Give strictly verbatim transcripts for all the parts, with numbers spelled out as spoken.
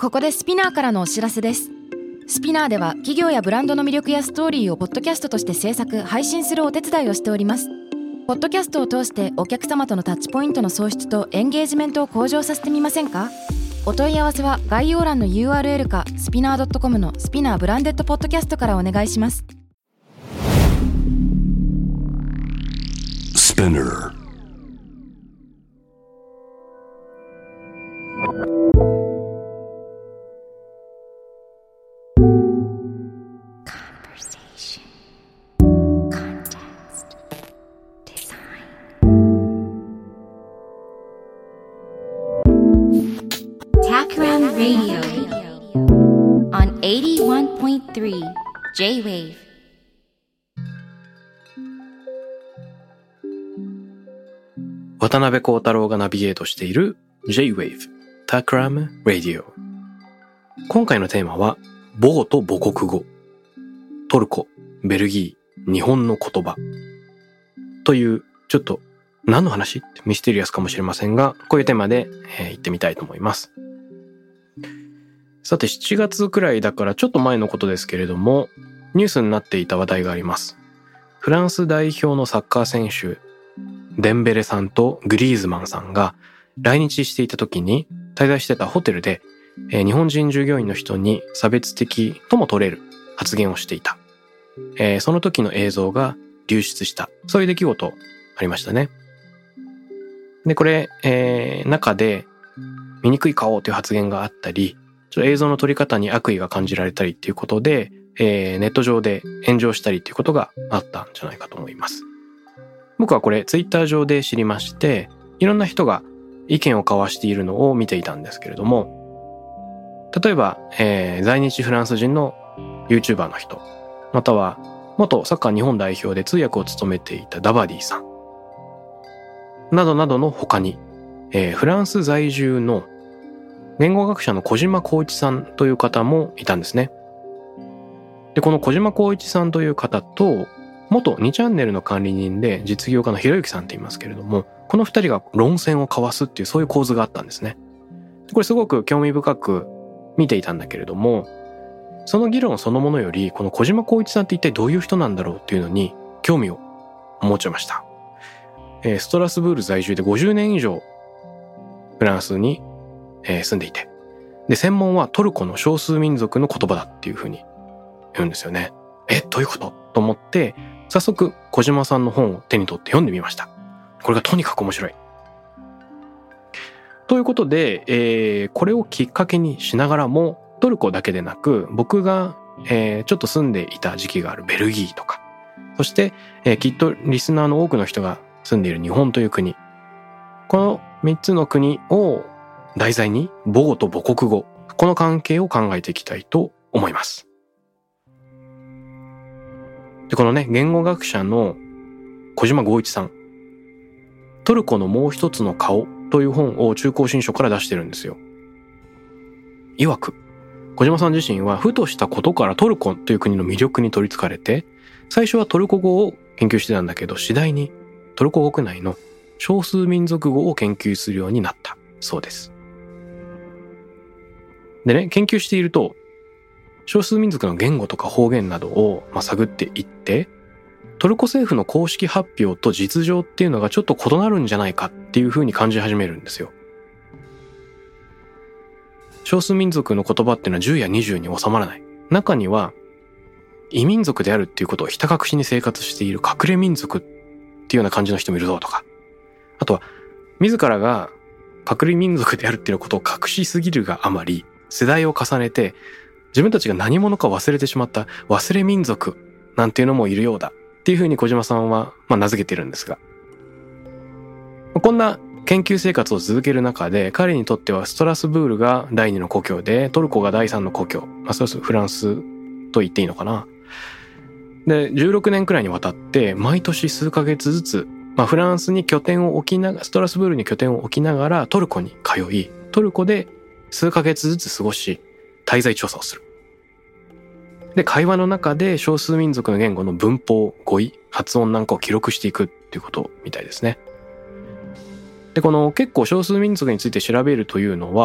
ここでスピナーからのお知らせです。スピナーでは企業やブランドの魅力やストーリーをポッドキャストとして制作・配信するお手伝いをしております。ポッドキャストを通してお客様とのタッチポイントの創出とエンゲージメントを向上させてみませんか？お問い合わせは概要欄の ユーアールエル かスピナー ドットコム のスピナーブランデッドポッドキャストからお願いします。スピナー Radio on エイティワンポイントスリー J-Wave。 渡辺幸太郎がナビゲートしている J-Wave Takram Radio。 今回のテーマは母語と母国語、トルコ、ベルギー、日本の言葉という、ちょっと何の話ってミステリアスかもしれませんが、こういうテーマで、えー、行ってみたいと思います。さてしちがつくらいだからちょっと前のことですけれども、ニュースになっていた話題があります。フランス代表のサッカー選手デンベレさんとグリーズマンさんが来日していた時に滞在してたホテルで、えー、日本人従業員の人に差別的とも取れる発言をしていた、えー、その時の映像が流出した、そういう出来事ありましたね。でこれ、えー、中で醜い顔という発言があったり、映像の撮り方に悪意が感じられたりっていうことで、えー、ネット上で炎上したりっていうことがあったんじゃないかと思います。僕はこれツイッター上で知りまして、いろんな人が意見を交わしているのを見ていたんですけれども、例えば、えー、在日フランス人の YouTuber の人、または元サッカー日本代表で通訳を務めていたダバディさんなどなどの他に、えー、フランス在住の言語学者の小島光一さんという方もいたんですね。で、この小島光一さんという方と、元にチャンネルの管理人で実業家のひろゆきさんって言いますけれども、この二人が論戦を交わすっていうそういう構図があったんですね。これすごく興味深く見ていたんだけれども、その議論そのものより、この小島光一さんって一体どういう人なんだろうっていうのに興味を持ちました。えー、ストラスブール在住でごじゅうねん以上フランスにえー、住んでいて、で専門はトルコの少数民族の言葉だっていうふうに言うんですよね。え、どういうことと思って早速小島さんの本を手に取って読んでみました。これがとにかく面白いということで、えー、これをきっかけにしながらもトルコだけでなく、僕が、えー、ちょっと住んでいた時期があるベルギーとか、そして、えー、きっとリスナーの多くの人が住んでいる日本という国、このみっつの国を題材に母語と母国語、この関係を考えていきたいと思います。で、このね、言語学者の小島剛一さん、トルコのもう一つの顔という本を中高新書から出してるんですよ。曰く、小島さん自身はふとしたことからトルコという国の魅力に取り憑かれて、最初はトルコ語を研究してたんだけど、次第にトルコ国内の少数民族語を研究するようになったそうです。でね、研究していると、少数民族の言語とか方言などを、まあ、探っていって、トルコ政府の公式発表と実情っていうのがちょっと異なるんじゃないかっていう風に感じ始めるんですよ。少数民族の言葉っていうのはじゅうやにじゅうに収まらない。中には、異民族であるっていうことをひた隠しに生活している隠れ民族っていうような感じの人もいるぞとか、あとは、自らが隠れ民族であるっていうことを隠しすぎるがあまり、世代を重ねて自分たちが何者か忘れてしまった忘れ民族なんていうのもいるようだっていうふうに小島さんはまあ名付けてるんですが、こんな研究生活を続ける中で彼にとってはストラスブールが第二の故郷でトルコが第三の故郷、まあ、そうですフランスと言っていいのかな。でじゅうろくねんくらいにわたって毎年数ヶ月ずつ、まあ、フランスに拠点を置きながらストラスブールに拠点を置きながらトルコに通い、トルコで数ヶ月ずつ過ごし、滞在調査をする。で、会話の中で少数民族の言語の文法、語彙、発音なんかを記録していくっていうことみたいですね。で、この結構少数民族について調べるというのは、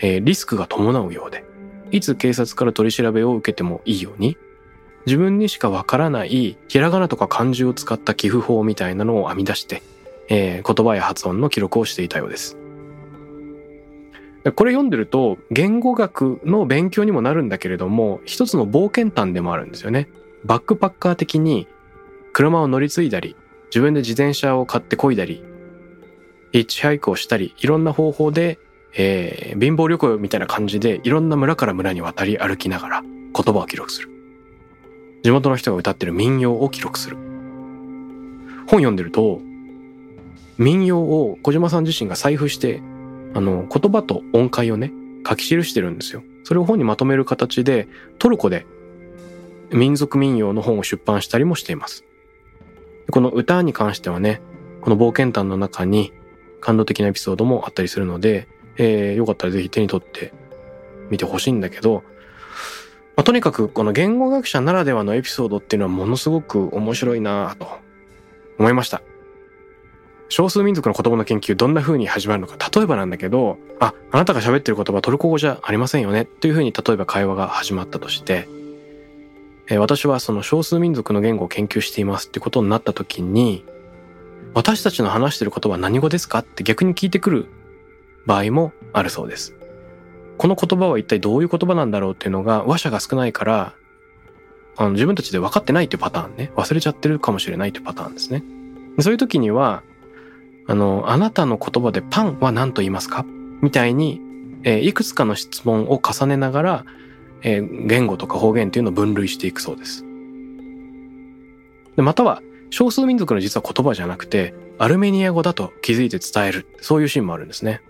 えー、リスクが伴うようで、いつ警察から取り調べを受けてもいいように、自分にしかわからないひらがなとか漢字を使った記符法みたいなのを編み出して、えー、言葉や発音の記録をしていたようです。これ読んでると言語学の勉強にもなるんだけれども、一つの冒険譚でもあるんですよね。バックパッカー的に車を乗り継いだり、自分で自転車を買って漕いだり、ヒッチハイクをしたり、いろんな方法で、えー、貧乏旅行みたいな感じでいろんな村から村に渡り歩きながら言葉を記録する。地元の人が歌ってる民謡を記録する。本読んでると、民謡を小島さん自身が採布して、あの、言葉と音階をね、書き記してるんですよ。それを本にまとめる形で、トルコで民族民謡の本を出版したりもしています。この歌に関してはね、この冒険譚の中に感動的なエピソードもあったりするので、えー、よかったらぜひ手に取ってみてほしいんだけど、まあ、とにかくこの言語学者ならではのエピソードっていうのはものすごく面白いなぁと思いました。少数民族の言葉の研究どんな風に始まるのか、例えばなんだけど、あ、あなたが喋ってる言葉トルコ語じゃありませんよねっていう風に例えば会話が始まったとして、えー、私はその少数民族の言語を研究していますってことになった時に、私たちの話してる言葉は何語ですかって逆に聞いてくる場合もあるそうです。この言葉は一体どういう言葉なんだろうっていうのが話者が少ないから、あの自分たちで分かってないっていうパターンね、忘れちゃってるかもしれないっていうパターンですね。そういう時には、あの、あなたの言葉でパンは何と言いますかみたいに、えー、いくつかの質問を重ねながら、えー、言語とか方言っていうのを分類していくそうです。で、または、少数民族の実は言葉じゃなくて、アルメニア語だと気づいて伝える。そういうシーンもあるんですね。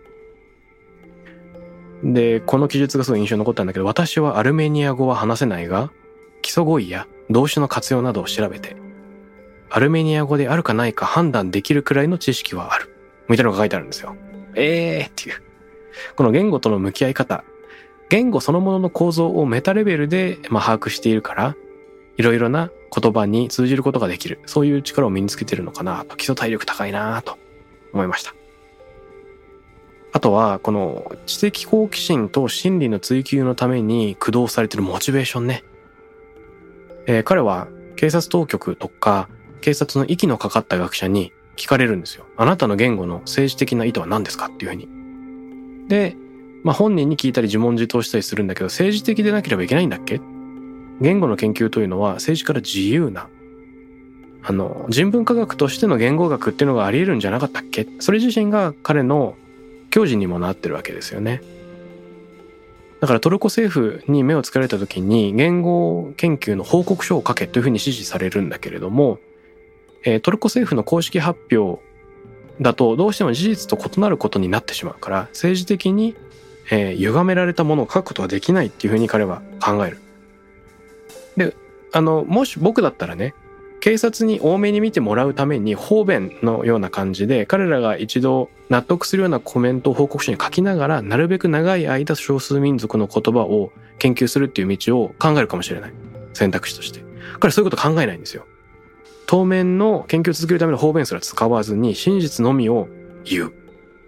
で、この記述がすごい印象に残ったんだけど、私はアルメニア語は話せないが、基礎語彙や動詞の活用などを調べて、アルメニア語であるかないか判断できるくらいの知識はある。みたいなのが書いてあるんですよ。えーっていう。この言語との向き合い方。言語そのものの構造をメタレベルで、まあ、把握しているから、いろいろな言葉に通じることができる。そういう力を身につけてるのかなと。基礎体力高いなと思いました。あとは、この知的好奇心と真理の追求のために駆動されているモチベーションね。えー、彼は警察当局とか警察の息のかかった学者に聞かれるんですよ。あなたの言語の政治的な意図は何ですかっていうふうに。で、まあ本人に聞いたり自問自答したりするんだけど、政治的でなければいけないんだっけ？言語の研究というのは政治から自由な、あの、人文科学としての言語学っていうのがあり得るんじゃなかったっけ？それ自身が彼の教示にもなってるわけですよね。だからトルコ政府に目をつけられた時に言語研究の報告書を書けというふうに指示されるんだけれども、えー、トルコ政府の公式発表だとどうしても事実と異なることになってしまうから、政治的に、えー、歪められたものを書くことはできないっていうふうに彼は考える。で、あの、もし僕だったらね、警察に多めに見てもらうために方便のような感じで彼らが一度納得するようなコメントを報告書に書きながら、なるべく長い間少数民族の言葉を研究するっていう道を考えるかもしれない。選択肢として。彼そういうこと考えないんですよ。当面の研究を続けるための方便すら使わずに真実のみを言う。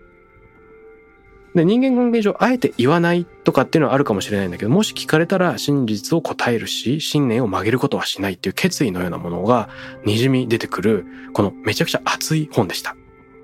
で、人間関係上あえて言わないとかっていうのはあるかもしれないんだけど、もし聞かれたら真実を答えるし、信念を曲げることはしないっていう決意のようなものが滲み出てくる、このめちゃくちゃ熱い本でした。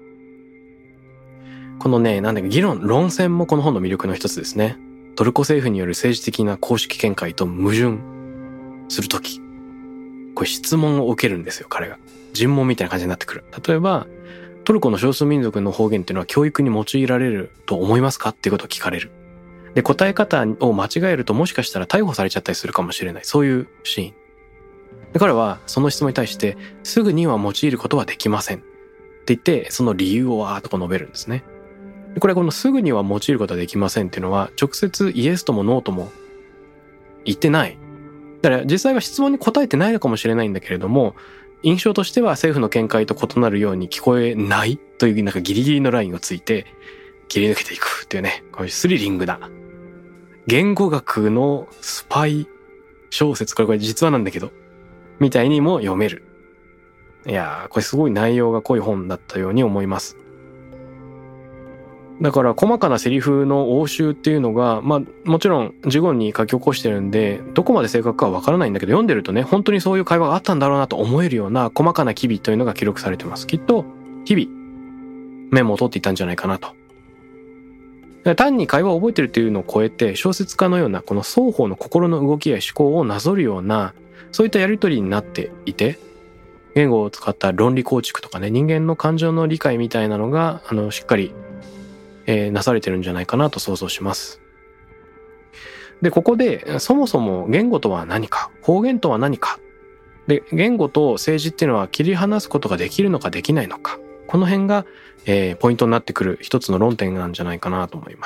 このね、なんだか議論、論戦もこの本の魅力の一つですね。トルコ政府による政治的な公式見解と矛盾するとき、これ質問を受けるんですよ、彼が。尋問みたいな感じになってくる。例えば、トルコの少数民族の方言っていうのは教育に用いられると思いますかっていうことを聞かれる。で、答え方を間違えるともしかしたら逮捕されちゃったりするかもしれない。そういうシーン。で、彼はその質問に対して、すぐには用いることはできません。って言って、その理由をわーっとこう述べるんですね。で、これこのすぐには用いることはできませんっていうのは、直接イエスともノーとも言ってない。だから実際は質問に答えてないのかもしれないんだけれども、印象としては政府の見解と異なるように聞こえないというなんかギリギリのラインをついて切り抜けていくっていうね、こういうスリリングな言語学のスパイ小説、これこれ実話なんだけどみたいにも読める。いやー、これすごい内容が濃い本だったように思います。 だから細かなセリフの応酬っていうのが、まあもちろんジゴンに書き起こしてるんで、どこまで正確かはわからないんだけど、読んでるとね、本当にそういう会話があったんだろうなと思えるような細かな機微というのが記録されてます。きっと日々メモを取っていたんじゃないかなと。単に会話を覚えてるっていうのを超えて、小説家のようなこの双方の心の動きや思考をなぞるような、そういったやり取りになっていて、言語を使った論理構築とかね、人間の感情の理解みたいなのがあのしっかり、えー、なされてるんじゃないかなと想像します。で、ここでそもそも言語とは何か、方言とは何か、で言語と政治っていうのは切り離すことができるのかできないのか、この辺が、えー、ポイントになってくる一つの論点なんじゃないかなと思います。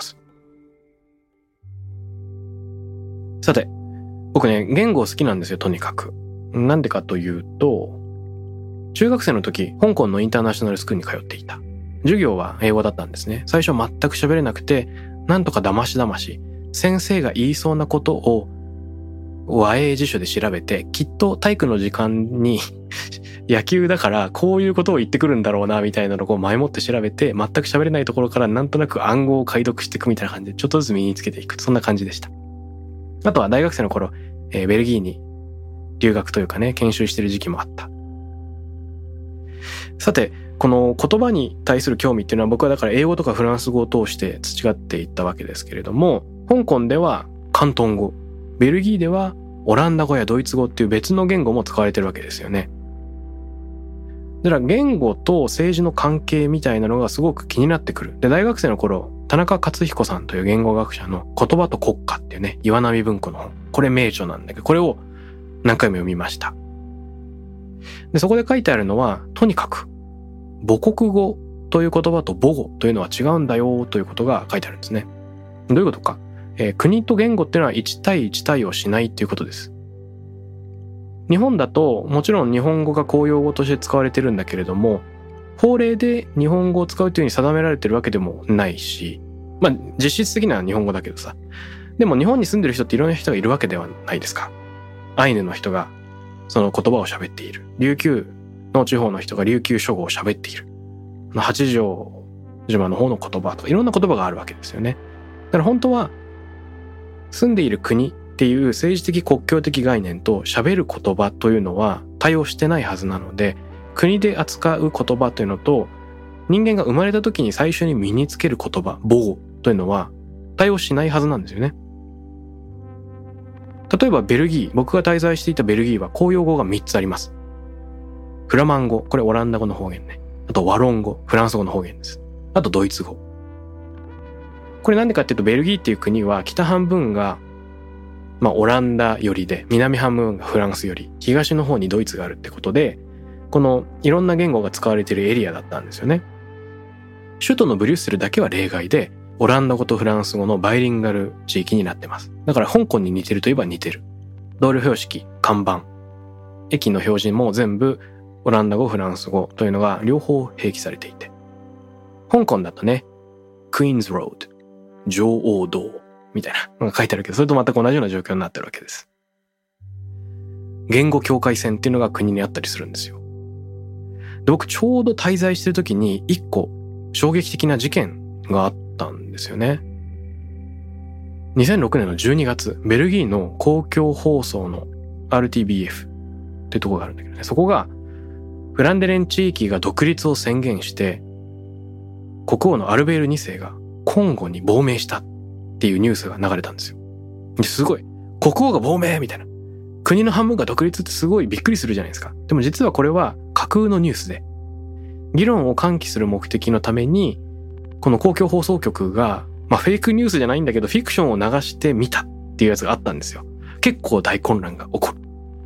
さて、僕ね、言語好きなんですよ、とにかく。なんでかというと、中学生の時、香港のインターナショナルスクールに通っていた。授業は英語だったんですね。最初全く喋れなくて、なんとかだましだまし、先生が言いそうなことを和英辞書で調べて、きっと体育の時間に野球だからこういうことを言ってくるんだろうなみたいなのを前もって調べて、全く喋れないところからなんとなく暗号を解読していくみたいな感じでちょっとずつ身につけていく、そんな感じでした。あとは大学生の頃、えー、ベルギーに留学というかね、研修してる時期もあった。さて、この言葉に対する興味っていうのは、僕はだから英語とかフランス語を通して培っていったわけですけれども、香港では広東語、ベルギーではオランダ語やドイツ語っていう別の言語も使われてるわけですよね。だから言語と政治の関係みたいなのがすごく気になってくる。で、大学生の頃、田中克彦さんという言語学者の言葉と国家っていうね、岩波文庫の本。これ名著なんだけど、これを何回も読みました。で、そこで書いてあるのは、とにかく母国語という言葉と母語というのは違うんだよということが書いてあるんですね。どういうことか。えー、国と言語っていうのはいち対いち対応しないっていうことです。日本だともちろん日本語が公用語として使われてるんだけれども、法令で日本語を使うというふうに定められてるわけでもないし、まあ実質的には日本語だけどさ、でも日本に住んでる人っていろんな人がいるわけではないですか。アイヌの人がその言葉を喋っている。琉球の地方の人が琉球諸語を喋っている。八丈島の方の言葉とかいろんな言葉があるわけですよね。だから本当は住んでいる国っていう政治的国境的概念と喋る言葉というのは対応してないはずなので、国で扱う言葉というのと人間が生まれた時に最初に身につける言葉、母語というのは対応しないはずなんですよね。例えばベルギー、僕が滞在していたベルギーは公用語がみっつあります。フラマン語、これオランダ語の方言ね。あとワロン語、フランス語の方言です。あとドイツ語。これなんでかっていうと、ベルギーっていう国は北半分がまあオランダ寄りで、南半分がフランス寄り、東の方にドイツがあるってことで、このいろんな言語が使われているエリアだったんですよね。首都のブリュッセルだけは例外で、オランダ語とフランス語のバイリンガル地域になってます。だから香港に似てるといえば似てる。道路標識、看板、駅の表示も全部オランダ語、フランス語というのが両方併記されていて。香港だとね、クイーンズロード、女王道みたいなのが書いてあるけど、それと全く同じような状況になってるわけです。言語境界線っていうのが国にあったりするんですよ。で、僕ちょうど滞在してる時に一個衝撃的な事件があったんですよね。にせんろくねんのじゅうにがつ、ベルギーの公共放送の アールティービーエフ っていうところがあるんだけどね、そこがフランデレン地域が独立を宣言して、国王のアルベールにせいがコンゴに亡命したっていうニュースが流れたんですよ。ですごい、国王が亡命みたいな。国の半分が独立ってすごいびっくりするじゃないですか。でも実はこれは架空のニュースで、議論を喚起する目的のために、この公共放送局が、まあフェイクニュースじゃないんだけど、フィクションを流してみたっていうやつがあったんですよ。結構大混乱が起こる。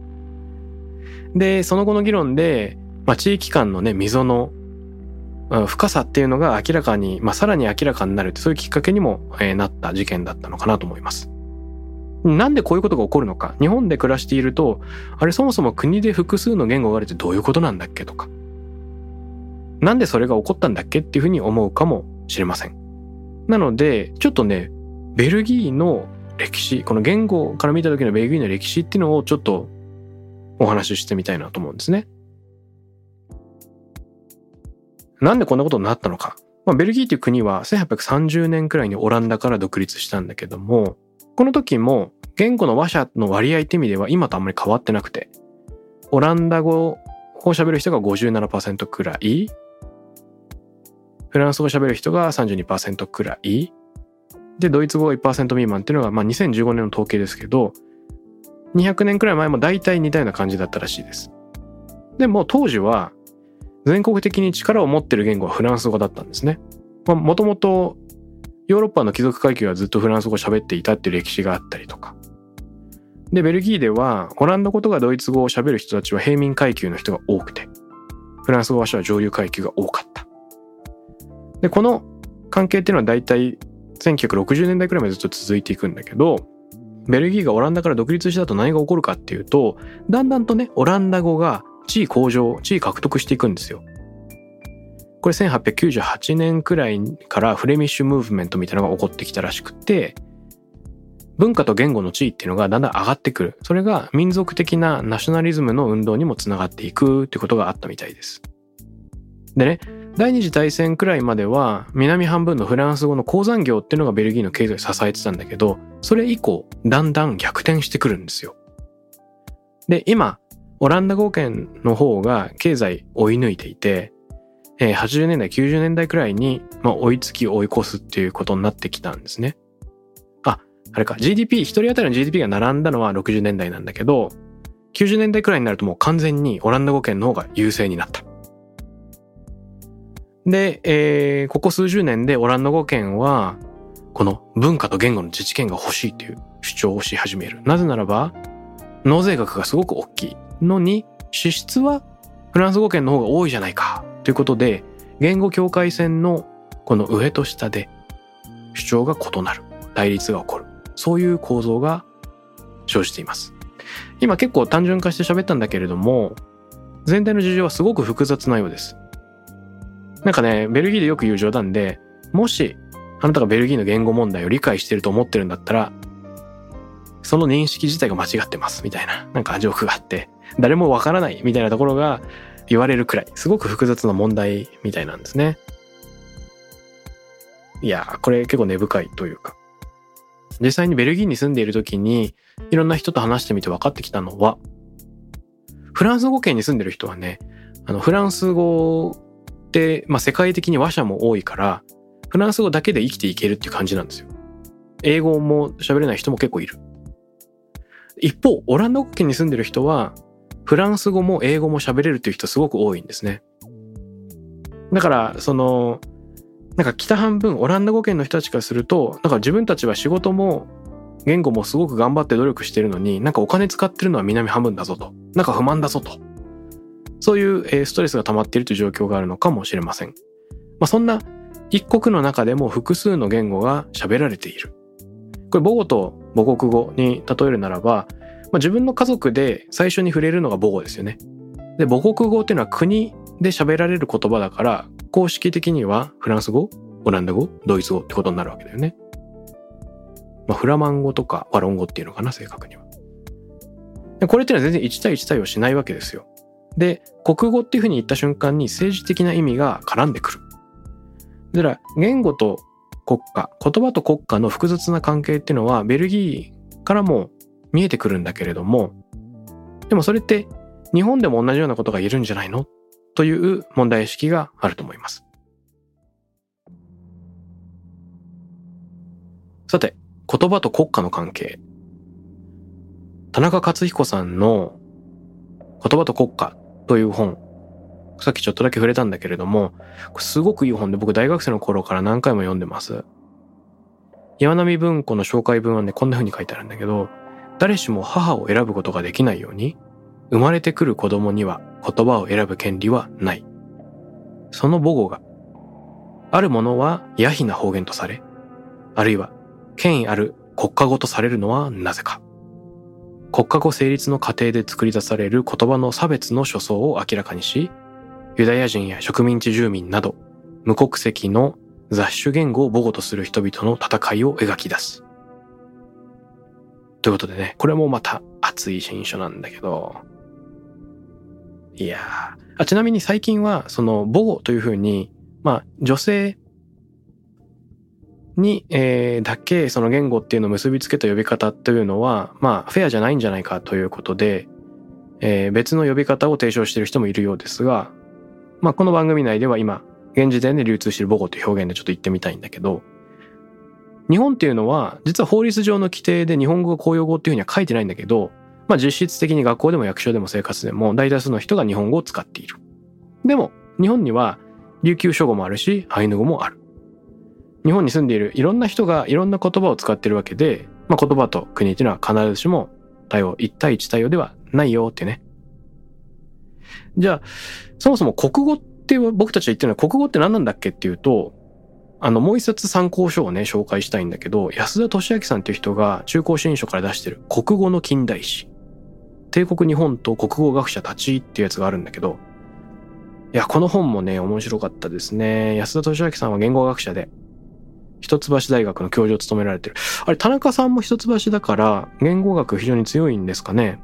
で、その後の議論で、まあ地域間のね、溝の深さっていうのが明らかに、まあさらに明らかになるって、そういうきっかけにもなった事件だったのかなと思います。なんでこういうことが起こるのか。日本で暮らしていると、あれそもそも国で複数の言語があるってどういうことなんだっけとか。なんでそれが起こったんだっけっていうふうに思うかもしれません。なので、ちょっとね、ベルギーの歴史、この言語から見た時のベルギーの歴史っていうのをちょっとお話ししてみたいなと思うんですね。なんでこんなことになったのか。 まあ、ベルギーという国はせんはっぴゃくさんじゅうねんくらいにオランダから独立したんだけども、この時も言語の話者の割合って意味では今とあんまり変わってなくて、オランダ語を喋る人が ごじゅうななパーセント くらい、フランス語を喋る人が さんじゅうにパーセント くらいで、ドイツ語が いちパーセント 未満っていうのが、まあ、にせんじゅうごねんの統計ですけど、にひゃくねんくらい前も大体似たような感じだったらしいです。でも当時は全国的に力を持ってる言語はフランス語だったんですね。もともとヨーロッパの貴族階級はずっとフランス語を喋っていたっていう歴史があったりとか。で、ベルギーではオランダ語とかドイツ語を喋る人たちは平民階級の人が多くて、フランス語話者は上流階級が多かった。で、この関係っていうのは大体せんきゅうひゃくろくじゅうねんだいくらいまでずっと続いていくんだけど、ベルギーがオランダから独立した後何が起こるかっていうと、だんだんとね、オランダ語が地位向上、地位獲得していくんですよ。これせんはっぴゃくきゅうじゅうはちねんくらいからフレミッシュムーブメントみたいなのが起こってきたらしくて、文化と言語の地位っていうのがだんだん上がってくる。それが民族的なナショナリズムの運動にもつながっていくっていうことがあったみたいです。でね、第二次大戦くらいまでは南半分のフランス語の鉱山業っていうのがベルギーの経済を支えてたんだけど、それ以降だんだん逆転してくるんですよ。で、今オランダ語圏の方が経済追い抜いていて、えー、はちじゅうねんだいきゅうじゅうねんだいくらいに、まあ、追いつき追い越すっていうことになってきたんですね。あ、あれか ジーディーピー 一人当たりの ジーディーピー が並んだのはろくじゅうねんだいなんだけど、きゅうじゅうねんだいくらいになるともう完全にオランダ語圏の方が優勢になった。で、えー、ここ数十年でオランダ語圏はこの文化と言語の自治権が欲しいという主張をし始める。なぜならば納税額がすごく大きいのに支出はフランス語圏の方が多いじゃないかということで、言語境界線のこの上と下で主張が異なる、対立が起こる、そういう構造が生じています。今結構単純化して喋ったんだけれども、全体の事情はすごく複雑なようです。なんかね、ベルギーでよく言う冗談で、もしあなたがベルギーの言語問題を理解していると思ってるんだったら、その認識自体が間違ってますみたいな、なんかジョークがあって、誰もわからないみたいなところが言われるくらい、すごく複雑な問題みたいなんですね。いやー、これ結構根深いというか、実際にベルギーに住んでいる時にいろんな人と話してみて分かってきたのは、フランス語圏に住んでる人はね、あのフランス語って、まあ、世界的に話者も多いからフランス語だけで生きていけるっていう感じなんですよ。英語も喋れない人も結構いる。一方オランダ語圏に住んでる人はフランス語も英語も喋れるっていう人すごく多いんですね。だからそのなんか北半分オランダ語圏の人たちからすると、なんか自分たちは仕事も言語もすごく頑張って努力してるのに、なんかお金使ってるのは南半分だぞと、なんか不満だぞと、そういうストレスが溜まっているという状況があるのかもしれません。まあそんな一国の中でも複数の言語が喋られている。これ母語と母国語に例えるならば、まあ、自分の家族で最初に触れるのが母語ですよね。で、母国語っていうのは国で喋られる言葉だから、公式的にはフランス語、オランダ語、ドイツ語ってことになるわけだよね。まあ、フラマン語とかワロン語っていうのかな、正確には。でこれっていうのは全然いち対いち対応しないわけですよ。で、国語っていうふうに言った瞬間に政治的な意味が絡んでくる。だから言語と国家、言葉と国家の複雑な関係っていうのはベルギーからも見えてくるんだけれども、でもそれって日本でも同じようなことが言えるんじゃないのという問題意識があると思います。さて、言葉と国家の関係。田中克彦さんの言葉と国家という本、さっきちょっとだけ触れたんだけれども、これすごくいい本で僕大学生の頃から何回も読んでます。岩波文庫の紹介文はね、こんな風に書いてあるんだけど、誰しも母を選ぶことができないように、生まれてくる子供には言葉を選ぶ権利はない。その母語が、あるものは野非な方言とされ、あるいは権威ある国家語とされるのはなぜか。国家語成立の過程で作り出される言葉の差別の諸相を明らかにし、ユダヤ人や植民地住民など無国籍の雑種言語を母語とする人々の戦いを描き出す。ということでね、これもまた熱い新書なんだけど、いやー、あ、ちなみに最近はその母語というふうに、まあ女性に、えー、だけその言語っていうのを結びつけた呼び方というのは、まあフェアじゃないんじゃないかということで、えー、別の呼び方を提唱している人もいるようですが、まあこの番組内では今、現時点で流通している母語という表現でちょっと言ってみたいんだけど、日本っていうのは実は法律上の規定で日本語が公用語っていうふうには書いてないんだけど、まあ実質的に学校でも役所でも生活でも大多数の人が日本語を使っている。でも日本には琉球諸語もあるしアイヌ語もある。日本に住んでいるいろんな人がいろんな言葉を使っているわけで、まあ、言葉と国っていうのは必ずしも多様、一対一多様ではないよってね。じゃあそもそも国語って僕たちが言ってるのは国語って何なんだっけっていうと、あのもう一冊参考書をね紹介したいんだけど、安田俊明さんっていう人が中高新書から出してる国語の近代史、帝国日本と国語学者たちっていうやつがあるんだけど、いやこの本もね面白かったですね。安田俊明さんは言語学者で一橋大学の教授を務められてる。あれ田中さんも一橋だから言語学非常に強いんですかね。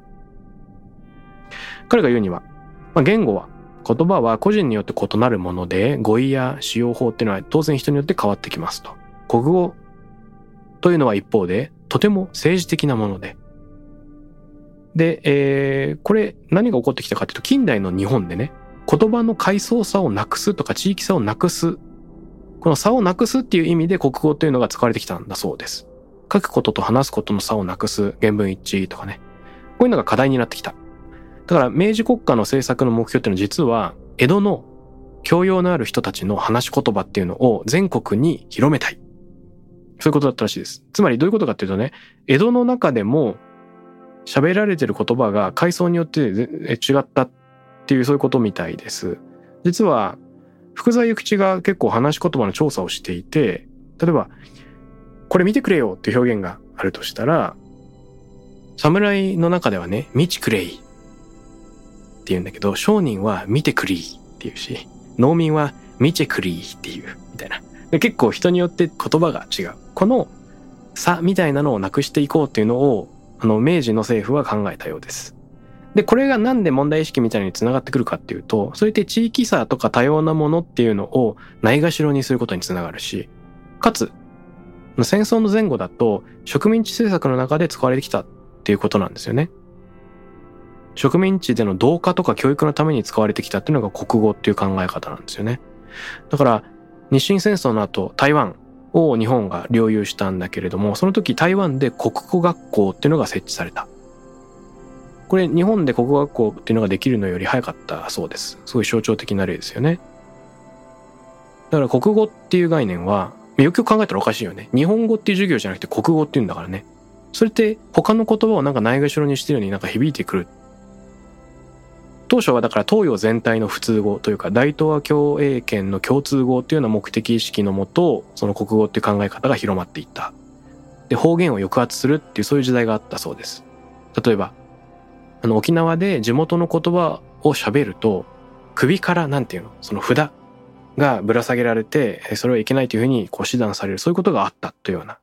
彼が言うには、まあ、言語は言葉は個人によって異なるもので、語彙や使用法っていうのは当然人によって変わってきますと。国語というのは一方でとても政治的なもので、で、えー、これ何が起こってきたかというと、近代の日本でね、言葉の階層差をなくすとか地域差をなくす、この差をなくすっていう意味で国語というのが使われてきたんだそうです。書くことと話すことの差をなくす、原文一致とかね、こういうのが課題になってきた。だから明治国家の政策の目標っていうのは実は江戸の教養のある人たちの話し言葉っていうのを全国に広めたい。そういうことだったらしいです。つまりどういうことかっていうとね、江戸の中でも喋られてる言葉が階層によって違ったっていうそういうことみたいです。実は福沢諭吉が結構話し言葉の調査をしていて、例えばこれ見てくれよっていう表現があるとしたら、侍の中ではね、見ちくれいって言うんだけど、商人は見てくりーっていうし、農民は見ちくりーっていうみたいな。で結構人によって言葉が違う。この差みたいなのをなくしていこうっていうのをあの明治の政府は考えたようです。でこれがなんで問題意識みたいにつながってくるかっていうと、そうやって地域差とか多様なものっていうのをないがしろにすることにつながるし、かつ戦争の前後だと植民地政策の中で使われてきたっていうことなんですよね。植民地での同化とか教育のために使われてきたっていうのが国語っていう考え方なんですよね。だから日清戦争の後台湾を日本が領有したんだけれども、その時台湾で国語学校っていうのが設置された。これ日本で国語学校っていうのができるのより早かったそうです。すごい象徴的な例ですよね。だから国語っていう概念はよくよく考えたらおかしいよね。日本語っていう授業じゃなくて国語っていうんだからね。それって他の言葉をなんかないがしろにしてるようになんか響いてくる。当初はだから東洋全体の普通語というか大東亜共栄圏の共通語というような目的意識のもと、その国語っていう考え方が広まっていった。で方言を抑圧するっていうそういう時代があったそうです。例えばあの沖縄で地元の言葉を喋ると首からなんていうの、その札がぶら下げられてそれはいけないというふうにこう指導される、そういうことがあったというような。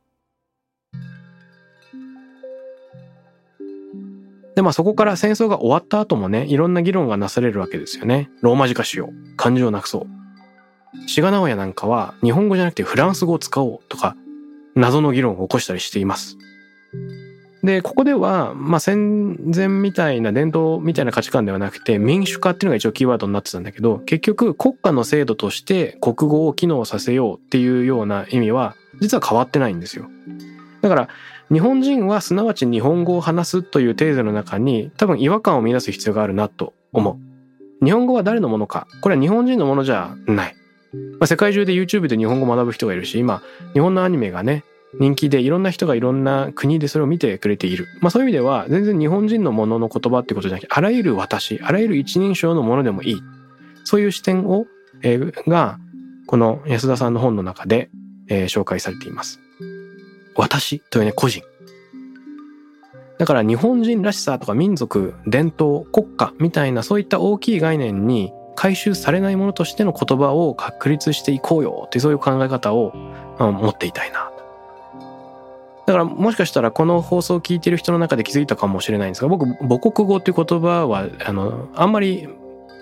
でまあそこから戦争が終わった後もね、いろんな議論がなされるわけですよね。ローマ字化しよう、漢字をなくそう。志賀直哉なんかは日本語じゃなくてフランス語を使おうとか謎の議論を起こしたりしています。でここではまあ戦前みたいな伝統みたいな価値観ではなくて民主化っていうのが一応キーワードになってたんだけど、結局国家の制度として国語を機能させようっていうような意味は実は変わってないんですよ。だから日本人はすなわち日本語を話すというテーゼの中に多分違和感を見出す必要があるなと思う。日本語は誰のものか、これは日本人のものじゃない、まあ、世界中で YouTube で日本語を学ぶ人がいるし、今日本のアニメがね人気でいろんな人がいろんな国でそれを見てくれている。まあそういう意味では全然日本人のものの言葉ってことじゃなくて、あらゆる私、あらゆる一人称のものでもいい。そういう視点を、えー、がこの安田さんの本の中で、えー、紹介されています。私というね個人。だから日本人らしさとか民族、伝統、国家みたいなそういった大きい概念に回収されないものとしての言葉を確立していこうよっていうそういう考え方を、うん、持っていたいな。だからもしかしたらこの放送を聞いている人の中で気づいたかもしれないんですが、僕母国語っていう言葉はあのあんまり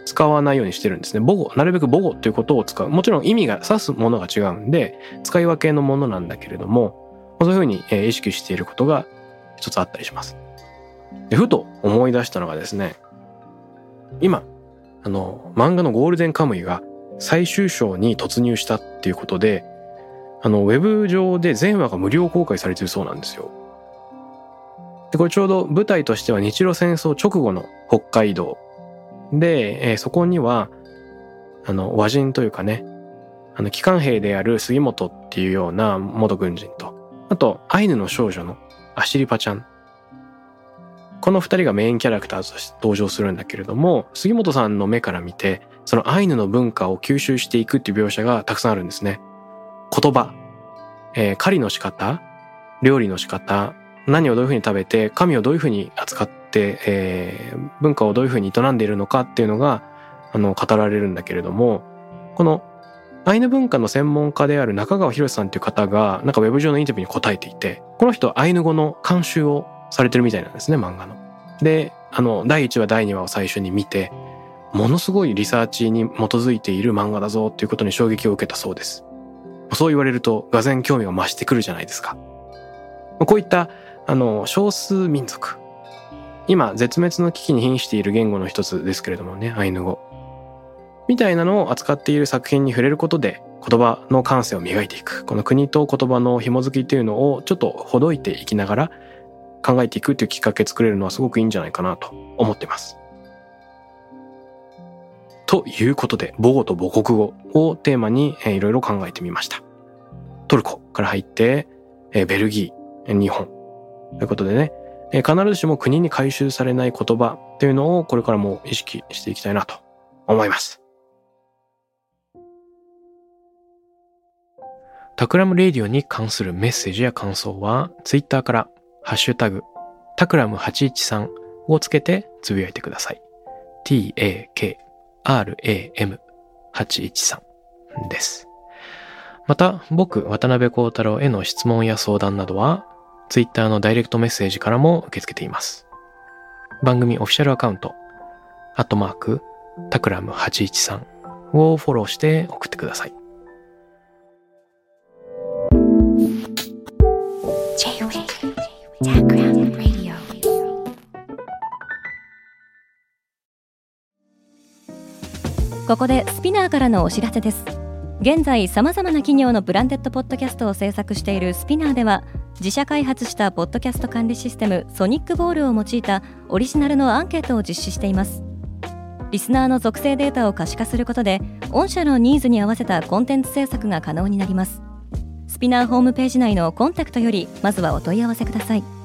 使わないようにしてるんですね。母語、なるべく母語ということを使う。もちろん意味が指すものが違うんで使い分けのものなんだけれども、そういうふうに意識していることが一つあったりします。でふと思い出したのがですね、今あの漫画のゴールデンカムイが最終章に突入したっていうことで、あのウェブ上で全話が無料公開されているそうなんですよ。でこれちょうど舞台としては日露戦争直後の北海道で、えー、そこにはあの和人というかね、あの機関兵である杉本っていうような元軍人と、あとアイヌの少女のアシリパちゃん、この二人がメインキャラクターとして登場するんだけれども、杉本さんの目から見てそのアイヌの文化を吸収していくっていう描写がたくさんあるんですね。言葉、えー、狩りの仕方、料理の仕方、何をどういうふうに食べて神をどういうふうに扱って、えー、文化をどういうふうに営んでいるのかっていうのがあの語られるんだけれども、このアイヌ文化の専門家である中川博さんっていう方がなんかウェブ上のインタビューに答えていて、この人はアイヌ語の監修をされてるみたいなんですね、漫画の。で、あのだいいちわだいにわを最初に見て、ものすごいリサーチに基づいている漫画だぞっていうことに衝撃を受けたそうです。そう言われると俄然興味が増してくるじゃないですか。こういったあの少数民族、今絶滅の危機に瀕している言語の一つですけれどもね、アイヌ語みたいなのを扱っている作品に触れることで言葉の感性を磨いていく、この国と言葉の紐づきというのをちょっとほどいていきながら考えていくというきっかけ作れるのはすごくいいんじゃないかなと思っています。ということで、母語と母国語をテーマにいろいろ考えてみました。トルコから入って、えー、ベルギー、日本ということでね、えー、必ずしも国に回収されない言葉というのをこれからも意識していきたいなと思います。タクラムレディオに関するメッセージや感想はツイッターからハッシュタグタクラムはちいちさんをつけてつぶやいてください。 ティー エー ケー アール エー エム はちいちさん です。また僕渡辺幸太郎への質問や相談などはツイッターのダイレクトメッセージからも受け付けています。番組オフィシャルアカウントアットマークタクラムはちいちさんをフォローして送ってください。 ここでスピナーからのお知らせです。現在さまざまな企業のブランデッドポッドキャストを制作しているスピナーでは、自社開発したポッドキャスト管理システムソニックボールを用いたオリジナルのアンケートを実施しています。リスナーの属性データを可視化することで、御社のニーズに合わせたコンテンツ制作が可能になります。スピナーホームページ内のコンタクトよりまずはお問い合わせください。